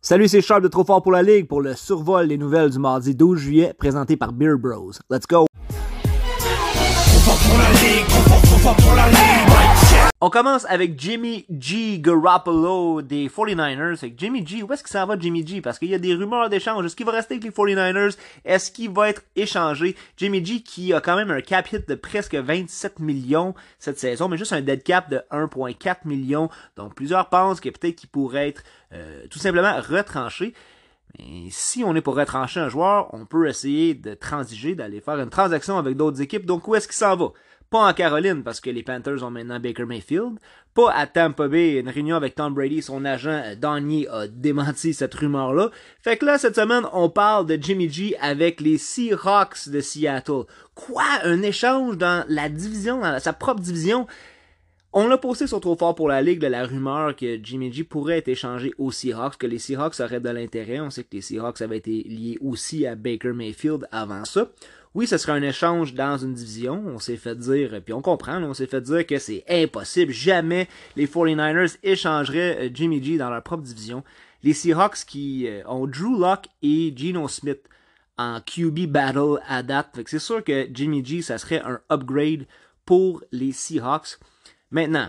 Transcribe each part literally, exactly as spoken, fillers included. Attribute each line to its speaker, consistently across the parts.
Speaker 1: Salut, c'est Sharp de Trop Fort pour la Ligue pour le survol des nouvelles du mardi douze juillet présenté par Beer Bros. Let's go! On commence avec Jimmy G. Garoppolo des forty-niners. Avec Jimmy G, où est-ce que ça va Jimmy G? Parce qu'il y a des rumeurs d'échange. Est-ce qu'il va rester avec les forty-niners? Est-ce qu'il va être échangé? Jimmy G qui a quand même un cap hit de presque vingt-sept millions cette saison, mais juste un dead cap de un virgule quatre millions. Donc plusieurs pensent que peut-être qu'il pourrait être euh, tout simplement retranché. Mais si on est pour retrancher un joueur, on peut essayer de transiger, d'aller faire une transaction avec d'autres équipes. Donc où est-ce qu'il s'en va? Pas en Caroline, parce que les Panthers ont maintenant Baker Mayfield. Pas à Tampa Bay, une réunion avec Tom Brady. Son agent Donnie a démenti cette rumeur-là. Fait que là, cette semaine, on parle de Jimmy G avec les Seahawks de Seattle. Quoi? Un échange dans la division, dans sa propre division? On l'a posté sur Trop Fort pour la Ligue, de la rumeur que Jimmy G pourrait être échangé aux Seahawks, que les Seahawks auraient de l'intérêt. On sait que les Seahawks avaient été liés aussi à Baker Mayfield avant ça. Oui, ce serait un échange dans une division, on s'est fait dire, puis on comprend, on s'est fait dire que c'est impossible, jamais les forty-niners échangeraient Jimmy G dans leur propre division. Les Seahawks qui ont Drew Lock et Geno Smith en Q B battle à date, fait que c'est sûr que Jimmy G, ça serait un upgrade pour les Seahawks. Maintenant,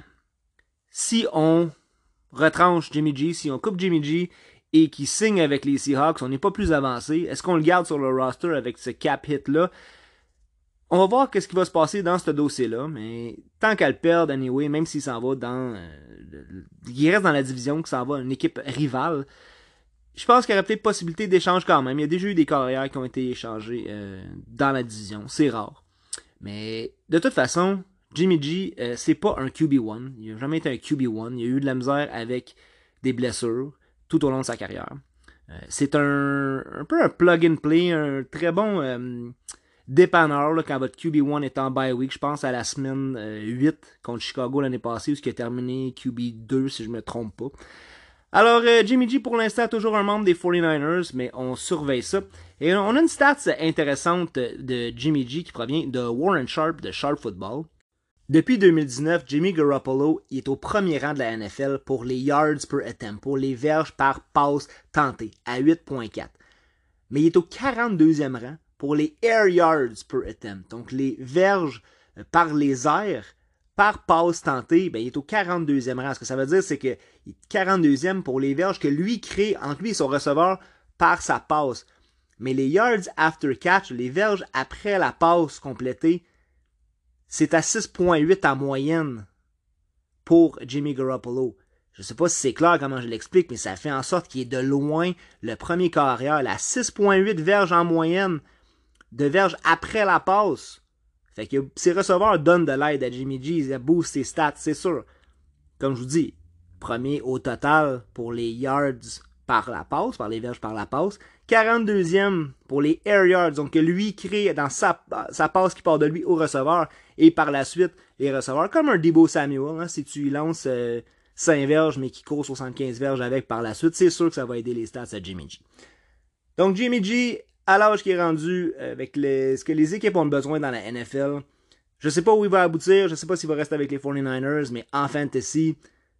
Speaker 1: si on retranche Jimmy G, si on coupe Jimmy G et qui signe avec les Seahawks, on n'est pas plus avancé. Est-ce qu'on le garde sur le roster avec ce cap hit-là? On va voir qu'est-ce qui va se passer dans ce dossier-là, mais tant qu'à le perdre, anyway, même s'il s'en va dans... Euh, il reste dans la division, qu'il s'en va à une équipe rivale, je pense qu'il y aurait peut-être possibilité d'échange quand même. Il y a déjà eu des carrières qui ont été échangées euh, dans la division, c'est rare. Mais de toute façon, Jimmy G, euh, c'est pas un Q B un. Il n'a jamais été un Q B un. Il a eu de la misère avec des blessures tout au long de sa carrière. Euh, c'est un, un peu un plug-and-play, un très bon euh, dépanneur là, quand votre Q B un est en bye week. Je pense à la semaine euh, huit contre Chicago l'année passée, où il a terminé Q B deux, si je me trompe pas. Alors, euh, Jimmy G, pour l'instant, toujours un membre des forty-niners, mais on surveille ça. Et on a une stat intéressante de Jimmy G qui provient de Warren Sharp, de Sharp Football. Depuis deux mille dix-neuf, Jimmy Garoppolo il est au premier rang de la N F L pour les yards per attempt, pour les verges par passe tentée, à huit virgule quatre. Mais il est au quarante-deuxième rang pour les air yards per attempt, donc les verges par les airs par passe tentée, ben, il est au quarante-deuxième rang. Ce que ça veut dire, c'est qu'il est quarante-deuxième pour les verges que lui crée entre lui et son receveur par sa passe. Mais les yards after catch, les verges après la passe complétée, c'est à six virgule huit en moyenne pour Jimmy Garoppolo. Je ne sais pas si c'est clair comment je l'explique, mais ça fait en sorte qu'il est de loin le premier carrière. À six virgule huit verges en moyenne de verges après la passe. Fait que ses receveurs donnent de l'aide à Jimmy G. Ça booste ses stats, c'est sûr. Comme je vous dis, premier au total pour les yards par la passe, par les verges par la passe. quarante-deuxième pour les air yards, donc que lui crée dans sa, sa passe qui part de lui au receveur, et par la suite, les receveurs, comme un Deebo Samuel, hein, si tu lui lances euh, cinq verges, mais qui court soixante-quinze verges avec par la suite, c'est sûr que ça va aider les stats à Jimmy G. Donc Jimmy G, à l'âge qu'il est rendu, avec les, ce que les équipes ont besoin dans la N F L, je sais pas où il va aboutir, je sais pas s'il va rester avec les forty-niners, mais en fantasy,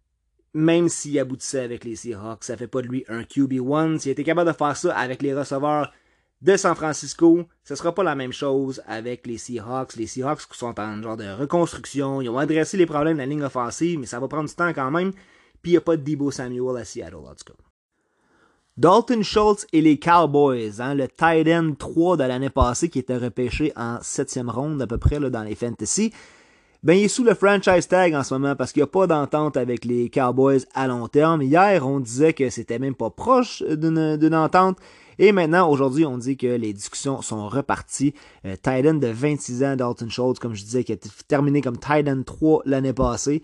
Speaker 1: même s'il aboutissait avec les Seahawks, ça fait pas de lui un Q B un. S'il était capable de faire ça avec les receveurs de San Francisco, ce sera pas la même chose avec les Seahawks. Les Seahawks sont en genre de reconstruction, ils ont adressé les problèmes de la ligne offensive, mais ça va prendre du temps quand même. Puis il n'y a pas de Deebo Samuel à Seattle, en tout cas. Dalton Schultz et les Cowboys, hein, le tight end trois de l'année passée qui était repêché en septième ronde à peu près là, dans les fantasy. Ben, il est sous le franchise tag en ce moment parce qu'il n'y a pas d'entente avec les Cowboys à long terme. Hier, on disait que c'était même pas proche d'une, d'une entente. Et maintenant, aujourd'hui, on dit que les discussions sont reparties. Euh, tight end de vingt-six ans, Dalton Schultz, comme je disais, qui a terminé comme tight end trois l'année passée.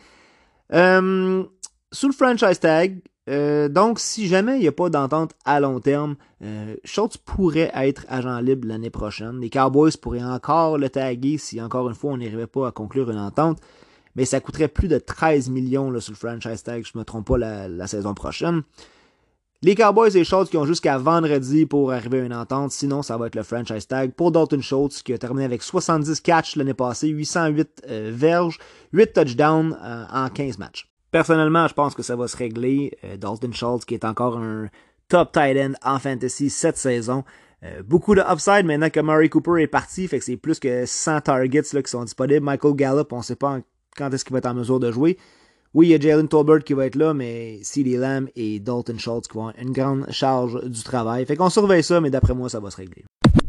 Speaker 1: Euh, sous le franchise tag, euh, donc si jamais il n'y a pas d'entente à long terme, euh, Schultz pourrait être agent libre l'année prochaine. Les Cowboys pourraient encore le taguer si, encore une fois, on n'arrivait pas à conclure une entente. Mais ça coûterait plus de treize millions là, sur le franchise tag, je ne me trompe pas, la, la saison prochaine. Les Cowboys et Schultz qui ont jusqu'à vendredi pour arriver à une entente, sinon ça va être le franchise tag pour Dalton Schultz qui a terminé avec soixante-dix catchs l'année passée, huit cent huit euh, verges, huit touchdowns euh, en quinze matchs. Personnellement, je pense que ça va se régler. Euh, Dalton Schultz qui est encore un top tight end en fantasy cette saison. Euh, beaucoup de upside maintenant que Murray Cooper est parti, fait que c'est plus que cent targets là, qui sont disponibles. Michael Gallup, on ne sait pas quand est-ce qu'il va être en mesure de jouer. Oui, il y a Jalen Tolbert qui va être là, mais CeeDee Lamb et Dalton Schultz qui vont avoir une grande charge du travail. Fait qu'on surveille ça, mais d'après moi, ça va se régler.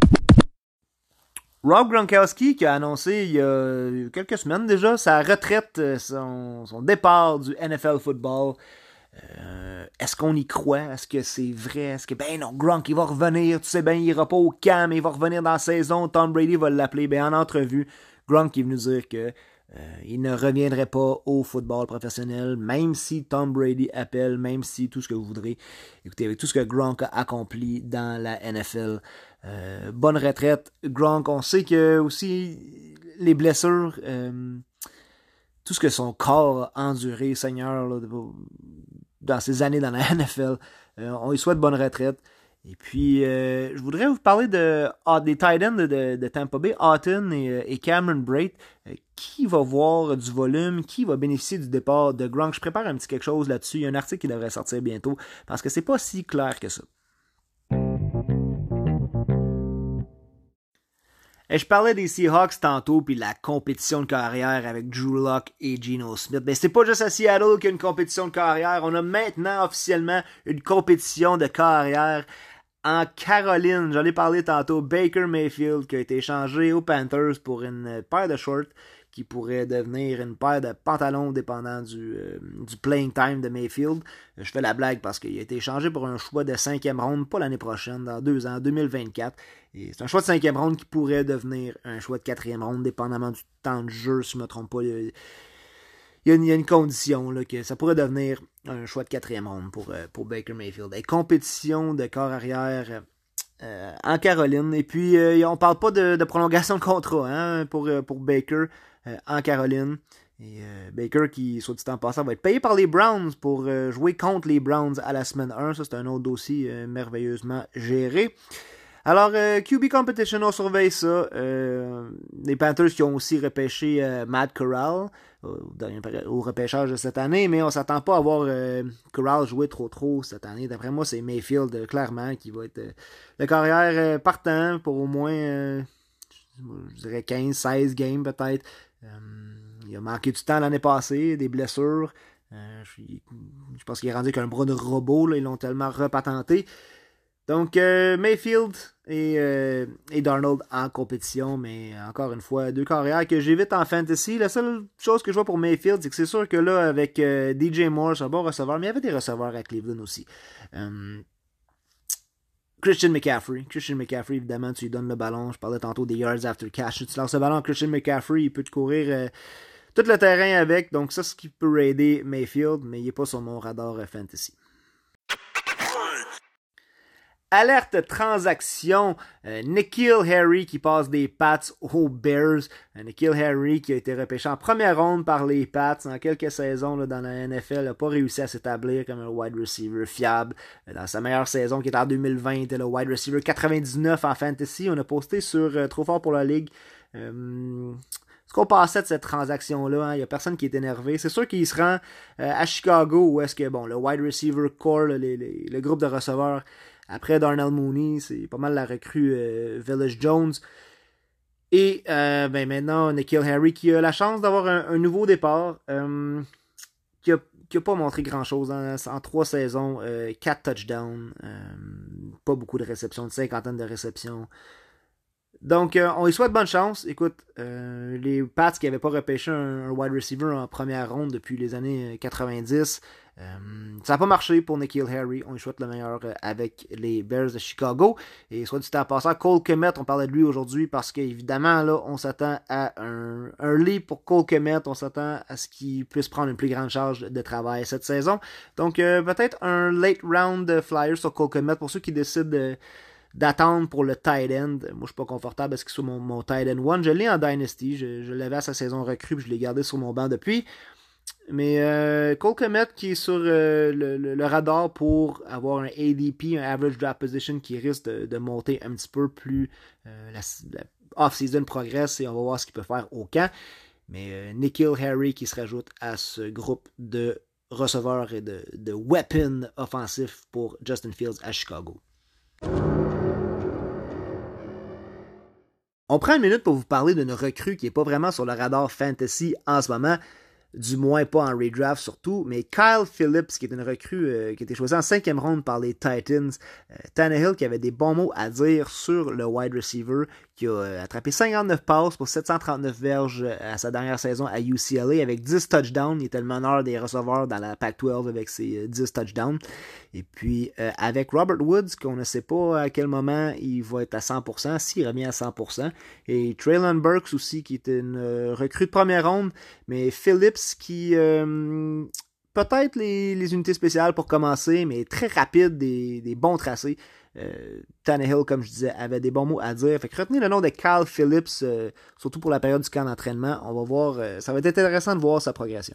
Speaker 1: Rob Gronkowski qui a annoncé il y a quelques semaines déjà sa retraite, son, son départ du N F L football. Euh, est-ce qu'on y croit? Est-ce que c'est vrai? Est-ce que, ben non, Gronk, il va revenir, tu sais ben, il ira pas au camp, mais il va revenir dans la saison, Tom Brady va l'appeler. Ben, en entrevue, Gronk est venu dire que euh, il ne reviendrait pas au football professionnel, même si Tom Brady appelle, même si tout ce que vous voudrez. Écoutez, avec tout ce que Gronk a accompli dans la N F L, euh, bonne retraite. Gronk, on sait que aussi les blessures, euh, tout ce que son corps a enduré, Seigneur, là, dans ses années dans la N F L, euh, on lui souhaite bonne retraite. Et puis, euh, je voudrais vous parler de, ah, des tight ends de, de, de Tampa Bay, Houghton et, et Cameron Brate. Euh, qui va voir du volume? Qui va bénéficier du départ de Gronk? Je prépare un petit quelque chose là-dessus. Il y a un article qui devrait sortir bientôt parce que c'est pas si clair que ça. Et je parlais des Seahawks tantôt puis de la compétition de carrière avec Drew Lock et Geno Smith. Ben, c'est pas juste à Seattle qu'il y a une compétition de carrière. On a maintenant officiellement une compétition de carrière en Caroline. J'en ai parlé tantôt. Baker Mayfield qui a été échangé aux Panthers pour une paire de shorts qui pourrait devenir une paire de pantalons dépendant du, euh, du playing time de Mayfield. Je fais la blague parce qu'il a été échangé pour un choix de cinquième ronde, pas l'année prochaine, dans deux ans, deux mille vingt-quatre. Et c'est un choix de cinquième ronde qui pourrait devenir un choix de quatrième ronde, dépendamment du temps de jeu, si je ne me trompe pas. Il y a une, il y a une condition là, que ça pourrait devenir un choix de quatrième ronde pour, euh, pour Baker Mayfield. Et compétition de corps arrière euh, en Caroline. Et puis, euh, on parle pas de, de prolongation de contrat hein, pour, euh, pour Baker euh, en Caroline. Et euh, Baker, qui, soit du temps passant, va être payé par les Browns pour euh, jouer contre les Browns à la semaine un. Ça, c'est un autre dossier euh, merveilleusement géré. Alors, euh, Q B Competition, on surveille ça. Euh, les Panthers qui ont aussi repêché euh, Matt Corral euh, au repêchage de cette année, mais on s'attend pas à voir euh, Corral jouer trop trop cette année. D'après moi, c'est Mayfield, euh, clairement, qui va être euh, le carrière euh, partant pour au moins, euh, je dirais, quinze seize games peut-être. Euh, il a manqué du temps l'année passée, des blessures. Euh, je, je pense qu'il est rendu avec un bras de robot, là, ils l'ont tellement repatenté. Donc, euh, Mayfield et, euh, et Darnold en compétition, mais encore une fois, deux carrières que j'évite en fantasy. La seule chose que je vois pour Mayfield, c'est que c'est sûr que là, avec euh, D J Moore, c'est un bon receveur, mais il y avait des receveurs à Cleveland aussi. Um, Christian McCaffrey. Christian McCaffrey, évidemment, tu lui donnes le ballon. Je parlais tantôt des yards after catch. Si tu lances le ballon à Christian McCaffrey, il peut te courir euh, tout le terrain avec. Donc, ça, c'est ce qui peut aider Mayfield, mais il n'est pas sur mon radar euh, fantasy. Alerte transaction, euh, N'Keal Harry qui passe des Pats aux Bears. Euh, N'Keal Harry qui a été repêché en première ronde par les Pats en quelques saisons là, dans la N F L, n'a pas réussi à s'établir comme un wide receiver fiable. Euh, dans sa meilleure saison qui est en deux mille vingt, il était le wide receiver quatre-vingt-dix-neuf en fantasy. On a posté sur euh, Trop Fort pour la Ligue. Euh, ce qu'on pensait de cette transaction-là, hein, il n'y a personne qui est énervé. C'est sûr qu'il se rend euh, à Chicago où est-ce que bon, le wide receiver core, là, les, les, le groupe de receveurs, après Darnell Mooney, c'est pas mal la recrue euh, Velus Jones. Et euh, ben maintenant, N'Keal Harry qui a la chance d'avoir un, un nouveau départ, euh, qui, a, qui a pas montré grand-chose hein, en trois saisons, euh, quatre touchdowns, euh, pas beaucoup de réceptions, une cinquantaine de réceptions. Donc, euh, on lui souhaite bonne chance. Écoute, euh, les Pats qui n'avaient pas repêché un, un wide receiver en première ronde depuis les années quatre-vingt-dix, euh, ça n'a pas marché pour N'Keal Harry. On lui souhaite le meilleur euh, avec les Bears de Chicago. Et soit du temps passant, Cole Kmet, on parlait de lui aujourd'hui parce qu'évidemment, là, on s'attend à un, un leap pour Cole Kmet. On s'attend à ce qu'il puisse prendre une plus grande charge de travail cette saison. Donc, euh, peut-être un late round flyer sur Cole Kmet pour ceux qui décident de d'attendre pour le tight end. Moi, je suis pas confortable parce que c'est mon, mon tight end one. Je l'ai en Dynasty. Je, je l'avais à sa saison recrue puis je l'ai gardé sur mon banc depuis. Mais euh, Cole Kmet qui est sur euh, le, le, le radar pour avoir un A D P, un Average Draft Position qui risque de, de monter un petit peu plus. Euh, la, la off-season progresse et on va voir ce qu'il peut faire au camp. Mais euh, N'Keal Harry qui se rajoute à ce groupe de receveur et de, de weapon offensif pour Justin Fields à Chicago. On prend une minute pour vous parler d'une recrue qui n'est pas vraiment sur le radar fantasy en ce moment, du moins pas en redraft surtout, mais Kyle Phillips, qui est une recrue euh, qui a été choisie en cinquième ronde par les Titans. Euh, Tannehill qui avait des bons mots à dire sur le wide receiver, qui a euh, attrapé cinquante-neuf passes pour sept cent trente-neuf verges à sa dernière saison à U C L A avec dix touchdowns. Il était le meneur des receveurs dans la Pac douze avec ses euh, dix touchdowns. Et puis euh, avec Robert Woods, qu'on ne sait pas à quel moment il va être à cent pour cent, s'il revient à cent pour cent. Et Traylon Burks aussi, qui était une euh, recrue de première ronde, mais Phillips qui euh, peut-être les, les unités spéciales pour commencer, mais très rapide, des, des bons tracés. Euh, Tannehill, comme je disais, avait des bons mots à dire. Fait que retenez le nom de Kyle Phillips, euh, surtout pour la période du camp d'entraînement. On va voir, euh, ça va être intéressant de voir sa progression.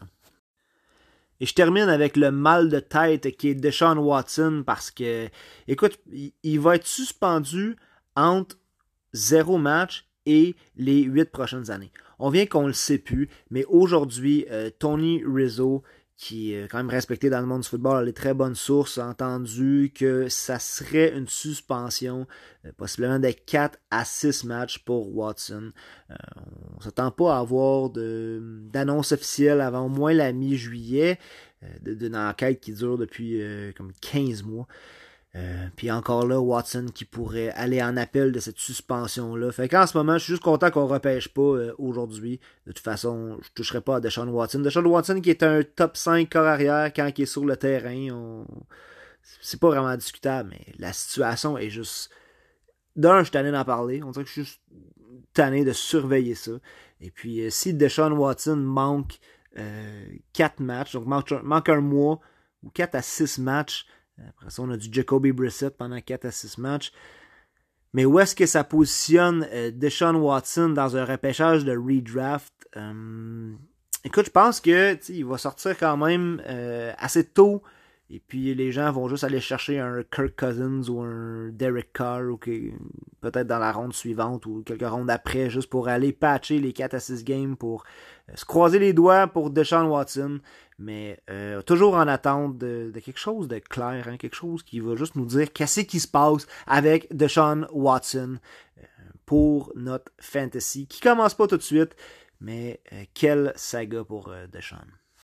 Speaker 1: Et je termine avec le mal de tête qui est Deshaun Watson, parce que, écoute, il, il va être suspendu entre zéro match et les huit prochaines années. On vient qu'on le sait plus, mais aujourd'hui, euh, Tony Rizzo, qui est quand même respecté dans le monde du football, a des très bonnes sources, a entendu que ça serait une suspension, euh, possiblement de quatre à six matchs pour Watson. Euh, on ne s'attend pas à avoir de, d'annonce officielle avant au moins la mi-juillet, euh, d'une enquête qui dure depuis euh, comme quinze mois. Euh, puis encore là, Watson qui pourrait aller en appel de cette suspension-là. Fait qu'en ce moment, je suis juste content qu'on ne repêche pas euh, aujourd'hui. De toute façon, je ne toucherai pas à Deshaun Watson. Deshaun Watson qui est un top cinq corps arrière quand il est sur le terrain. On... C'est pas vraiment discutable, mais la situation est juste... D'un, je suis tanné d'en parler. On dirait que je suis juste tanné de surveiller ça. Et puis, euh, si Deshaun Watson manque euh, quatre matchs, donc manque, manque un mois, ou quatre à six matchs, après ça, on a du Jacoby Brissett pendant quatre à six matchs. Mais où est-ce que ça positionne euh, Deshaun Watson dans un repêchage de redraft? Euh, écoute, je pense que il va sortir quand même euh, assez tôt. Et puis les gens vont juste aller chercher un Kirk Cousins ou un Derek Carr, ou que, peut-être dans la ronde suivante ou quelques rondes après, juste pour aller patcher les quatre à six games, pour euh, se croiser les doigts pour Deshaun Watson. Mais euh, toujours en attente de, de quelque chose de clair, hein, quelque chose qui va juste nous dire qu'est-ce qui se passe avec Deshaun Watson euh, pour notre fantasy, qui commence pas tout de suite, mais euh, quelle saga pour euh, Deshaun.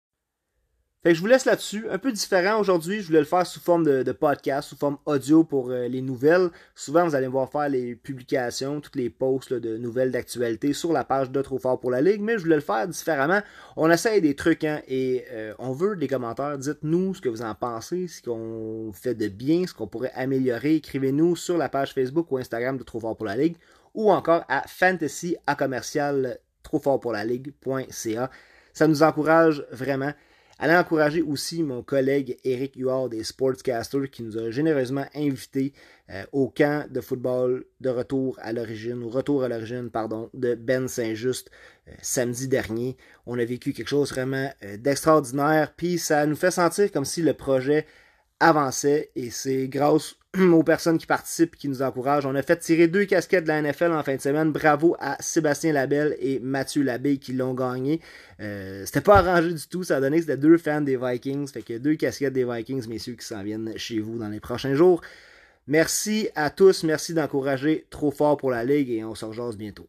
Speaker 1: Fait que je vous laisse là-dessus. Un peu différent aujourd'hui, je voulais le faire sous forme de, de podcast, sous forme audio pour euh, les nouvelles. Souvent, vous allez me voir faire les publications, toutes les posts là, de nouvelles d'actualité sur la page de Trop Fort pour la Ligue, mais je voulais le faire différemment. On essaye des trucs, hein, et euh, on veut des commentaires. Dites-nous ce que vous en pensez, ce qu'on fait de bien, ce qu'on pourrait améliorer. Écrivez-nous sur la page Facebook ou Instagram de Trop Fort pour la Ligue, ou encore à fantasy à commercial trop fort pour la ligue point c a. Ça nous encourage vraiment. Allez encourager aussi mon collègue Éric Huard des Sportscasters qui nous a généreusement invités euh, au camp de football de retour à l'origine, ou retour à l'origine, pardon, de Ben Saint-Just euh, samedi dernier. On a vécu quelque chose vraiment euh, d'extraordinaire, puis ça nous fait sentir comme si le projet avançait, et c'est grâce aux personnes qui participent et qui nous encouragent. On a fait tirer deux casquettes de la N F L en fin de semaine. Bravo à Sébastien Labelle et Mathieu Labbé qui l'ont gagné. Euh, c'était pas arrangé du tout. Ça a donné que c'était deux fans des Vikings. Fait que deux casquettes des Vikings, messieurs, qui s'en viennent chez vous dans les prochains jours. Merci à tous. Merci d'encourager Trop Fort pour la Ligue, et on se rejase bientôt.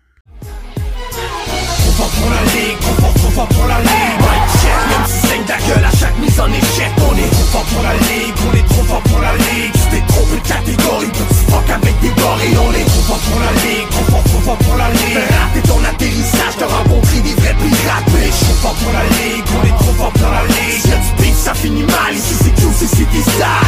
Speaker 1: Trop fort pour la Ligue, trop fort, trop fort pour la Ligue. Mike check, même si saigne ta gueule à chaque mise en échec. On est trop fort pour la Ligue, on est trop fort pour la Ligue. Tu t'es trompé de catégorie, petit fuck avec des gorilles. On est trop fort pour la Ligue, trop fort, trop fort pour la Ligue. Fais rater ton atterrissage, t'as rencontré des vrais pirates. Mais je suis trop fort pour la Ligue, on est trop fort pour la Ligue. Si y'a du beef, ça finit mal, ici c'est Q, c'est des stars.